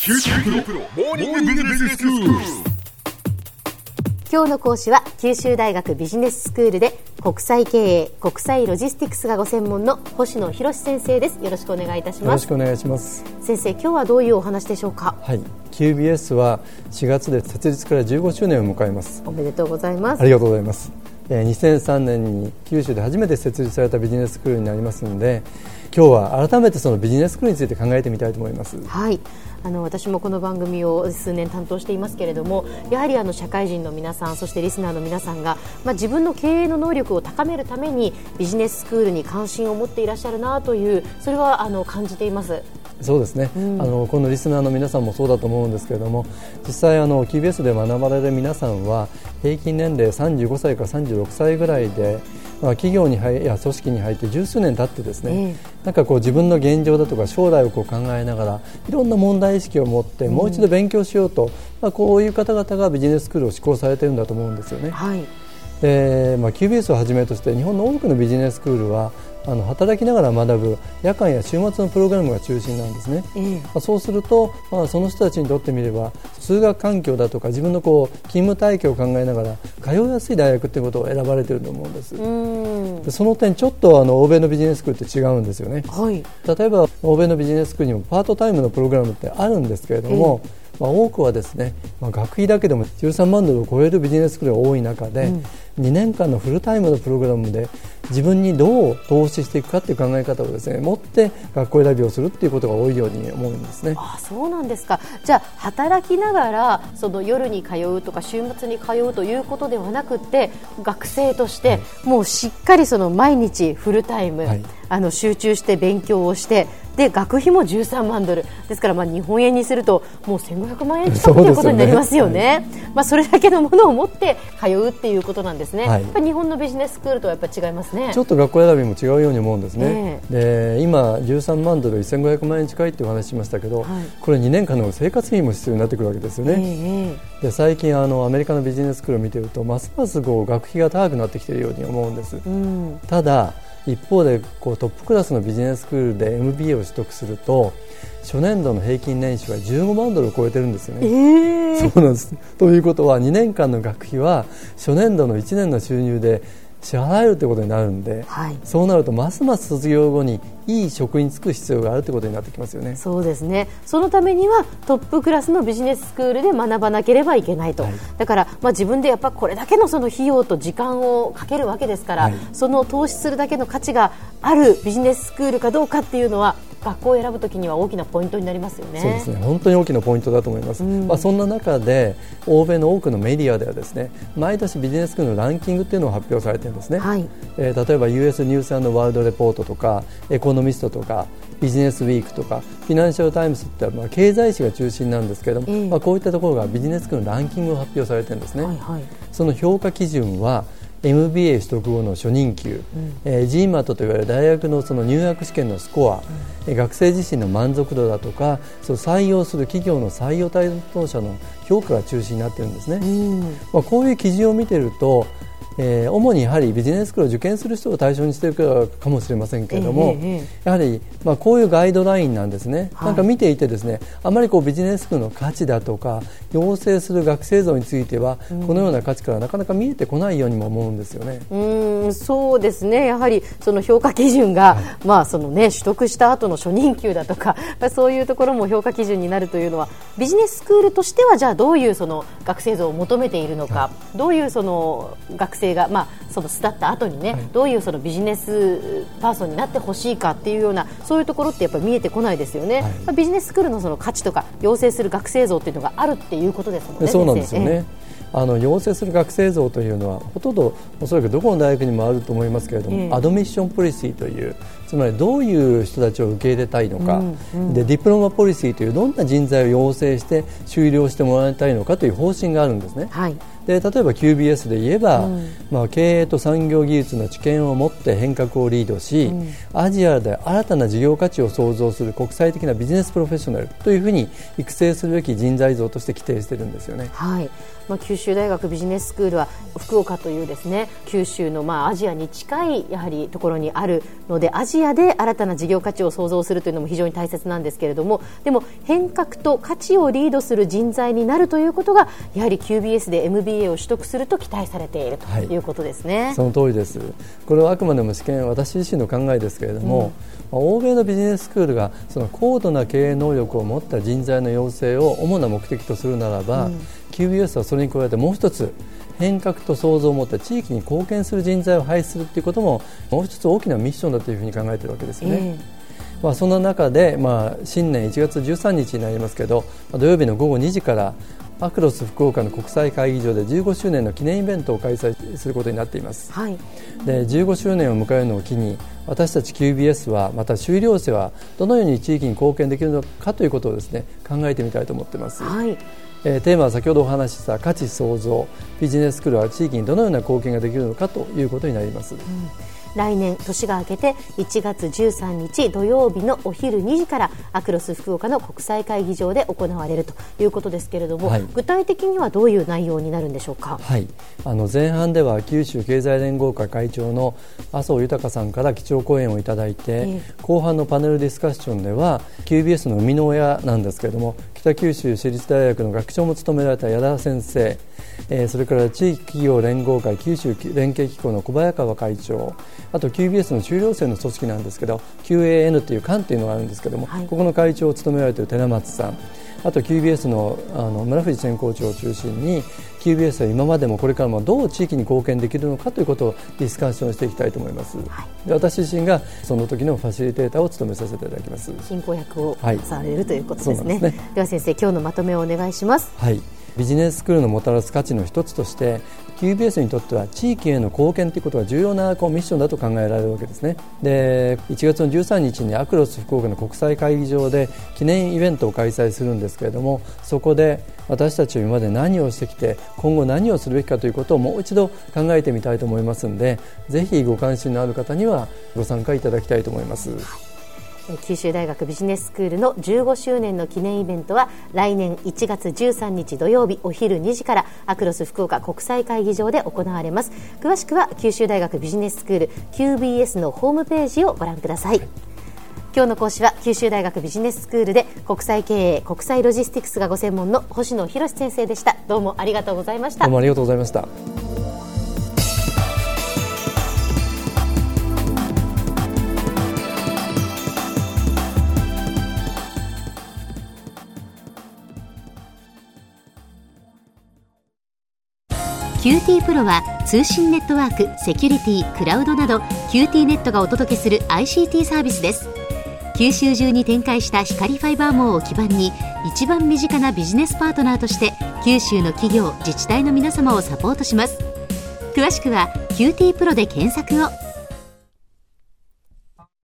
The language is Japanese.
九州大学モーニングビジネススクール。 今日の講師は九州大学ビジネススクールで国際経営、国際ロジスティクスがご専門の星野博先生です。よろしくお願いいたします。 よろしくお願いします。 先生、今日はどういうお話でしょうか。 はい、QBS は4月で設立から15周年を迎えます。 おめでとうございます。 ありがとうございます。2003年に九州で初めて設立されたビジネススクールになりますので、今日は改めてそのビジネススクールについて考えてみたいと思います。 はい、私もこの番組を数年担当していますけれども、やはり社会人の皆さん、そしてリスナーの皆さんが、自分の経営の能力を高めるためにビジネススクールに関心を持っていらっしゃるなという、それは感じています。 そうですね、このリスナーの皆さんもそうだと思うんですけれども、実際QBS で学ばれる皆さんは平均年齢35歳から36歳ぐらいで、企業にや組織に入って十数年経ってですね、なんか自分の現状だとか将来を考えながらいろんな問題意識を持ってもう一度勉強しようと、こういう方々がビジネススクールを志向されているんだと思うんですよね。 はい。 でQBS をはじめとして日本の多くのビジネススクールは働きながら学ぶ夜間や週末のプログラムが中心なんですね。そうすると、その人たちにとってみれば通学環境だとか自分の勤務体系を考えながら通いやすい大学ということを選ばれていると思うんです。でその点ちょっと欧米のビジネススクールって違うんですよね。 はい、 例えば欧米のビジネススクールにもパートタイムのプログラムってあるんですけれども、多くはですね、学費だけでも13万ドルを超えるビジネススクールが多い中で、2年間のフルタイムのプログラムで自分にどう投資していくかという考え方をですね持って学校選びをするということが多いように思うんですね。 そうなんですか。じゃあ働きながら夜に通うとか週末に通うということではなくて、学生としてもうしっかり毎日フルタイム、集中して勉強をして、で学費も13万ドルですから、日本円にするともう1500万円近くということになりますよね。それだけのものを持って通うっていうことなんですね。やっぱり日本のビジネススクールとはやっぱり違いますね。 ちょっと学校選びも違うように思うんですね。で今13万ドル1500万円近いっていう話しましたけど、これ2年間の生活費も必要になってくるわけですよね。で最近アメリカのビジネススクールを見ているとますます学費が高くなってきているように思うんです。ただ一方でトップクラスのビジネススクールで MBA を取得すると初年度の平均年収は15万ドルを超えてるんですよね。そうなんです。ということは2年間の学費は初年度の1年の収入で支払えるということになるんで、そうなるとますます卒業後にいい職に就く必要があるということになってきますよね。 そうですね。そのためにはトップクラスのビジネススクールで学ばなければいけないと、だから、自分でやっぱこれだけの費用と時間をかけるわけですから、その投資するだけの価値があるビジネススクールかどうかっていうのは学校を選ぶときには大きなポイントになりますよね。 そうですね、本当に大きなポイントだと思います。そんな中で欧米の多くのメディアではですね、毎年ビジネススクールのランキングっていうのを発表されているんですね。例えば US ニュース&ワールドレポートとかエコノミストとかビジネスウィークとかフィナンシャルタイムズって経済誌が中心なんですけれども、こういったところがビジネススクールのランキングを発表されているんですね。その評価基準はMBA 取得後の初任給、GMAT といわれる大学の入学試験のスコア、学生自身の満足度だとか、採用する企業の採用担当者の評価が中心になっているんですね。こういう基準を見ていると、主にやはりビジネススクールを受験する人を対象にしているかもしれませんけれども、やはりこういうガイドラインなんですね。なんか見ていてですね、あまりビジネススクールの価値だとか養成する学生像についてはこのような価値からなかなか見えてこないようにも思うんですよね。 そうですね。やはり評価基準が、取得した後の初任給だとかそういうところも評価基準になるというのは、ビジネススクールとしてはじゃあどういう学生像を求めているのか、どういう学生が巣立った後にね、どういうビジネスパーソンになってほしいかっていうような、そういうところってやっぱり見えてこないですよね。ビジネススクールの価値とか養成する学生像っていうのがあるっていうことですもんね。 そうなんですよね。養成する学生像というのはほとんどおそらくどこの大学にもあると思いますけれども、アドミッションポリシーという、つまりどういう人たちを受け入れたいのか、でディプロマポリシーというどんな人材を養成して修了してもらいたいのかという方針があるんですね。 で例えば QBS で言えば、経営と産業技術の知見を持って変革をリードし、アジアで新たな事業価値を創造する国際的なビジネスプロフェッショナルというふうに育成するべき人材像として規定しているんですよね。 はい、九州大学ビジネススクールは福岡というですね、九州のアジアに近いやはりところにあるので、アジアで新たな事業価値を創造するというのも非常に大切なんですけれども、でも変革と価値をリードする人材になるということがやはり QBS で MBA を取得すると期待されているということですね。 その通りです。これはあくまでも試験、私自身の考えですけれども、欧米のビジネススクールがその高度な経営能力を持った人材の養成を主な目的とするならば、QBS はそれに加えてもう一つ変革と創造を持った地域に貢献する人材を輩出するということももう一つ大きなミッションだというふうに考えているわけですよね。そんな中で、新年1月13日になりますけど、土曜日の午後2時からアクロス福岡の国際会議場で15周年の記念イベントを開催することになっています。で15周年を迎えるのを機に、私たち QBS はまた修了生はどのように地域に貢献できるのかということをですね、考えてみたいと思っています。テーマは先ほどお話しした価値創造、ビジネススクールは地域にどのような貢献ができるのかということになります。 来年年が明けて1月13日土曜日のお昼2時からアクロス福岡の国際会議場で行われるということですけれども、具体的にはどういう内容になるんでしょうか。 前半では九州経済連合会会長の麻生豊さんから基調講演をいただいて、後半のパネルディスカッションでは QBS の生みの親なんですけれども、北九州市立大学の学長も務められた矢田先生、それから地域企業連合会九州連携機構の小早川会長、あと QBS の修了生の組織なんですけど QAN という館というのがあるんですけども、ここの会長を務められている寺松さん、あと QBS の村藤専校長を中心に QBS は今までもこれからもどう地域に貢献できるのかということをディスカッションしていきたいと思います。で私自身がその時のファシリテーターを務めさせていただきます。 進行役をされるということですね。では先生、今日のまとめをお願いします。 ビジネススクールのもたらす価値の一つとして QBS にとっては地域への貢献ということが重要なミッションだと考えられるわけですね。で1月の13日にアクロス福岡の国際会議場で記念イベントを開催するんですけれども、そこで私たちは今まで何をしてきて今後何をするべきかということをもう一度考えてみたいと思いますので、ぜひご関心のある方にはご参加いただきたいと思います。 九州大学ビジネススクールの15周年の記念イベントは来年1月13日土曜日お昼2時からアクロス福岡国際会議場で行われます。詳しくは九州大学ビジネススクール QBS のホームページをご覧ください。今日の講師は九州大学ビジネススクールで国際経営国際ロジスティクスがご専門の星野博先生でした。どうもありがとうございました。 どうもありがとうございました。 QT プロは通信ネットワーク、セキュリティ、クラウドなど QT ネットがお届けする ICT サービスです。九州中に展開した光ファイバー網を基盤に一番身近なビジネスパートナーとして九州の企業、自治体の皆様をサポートします。詳しくは QT プロで検索を。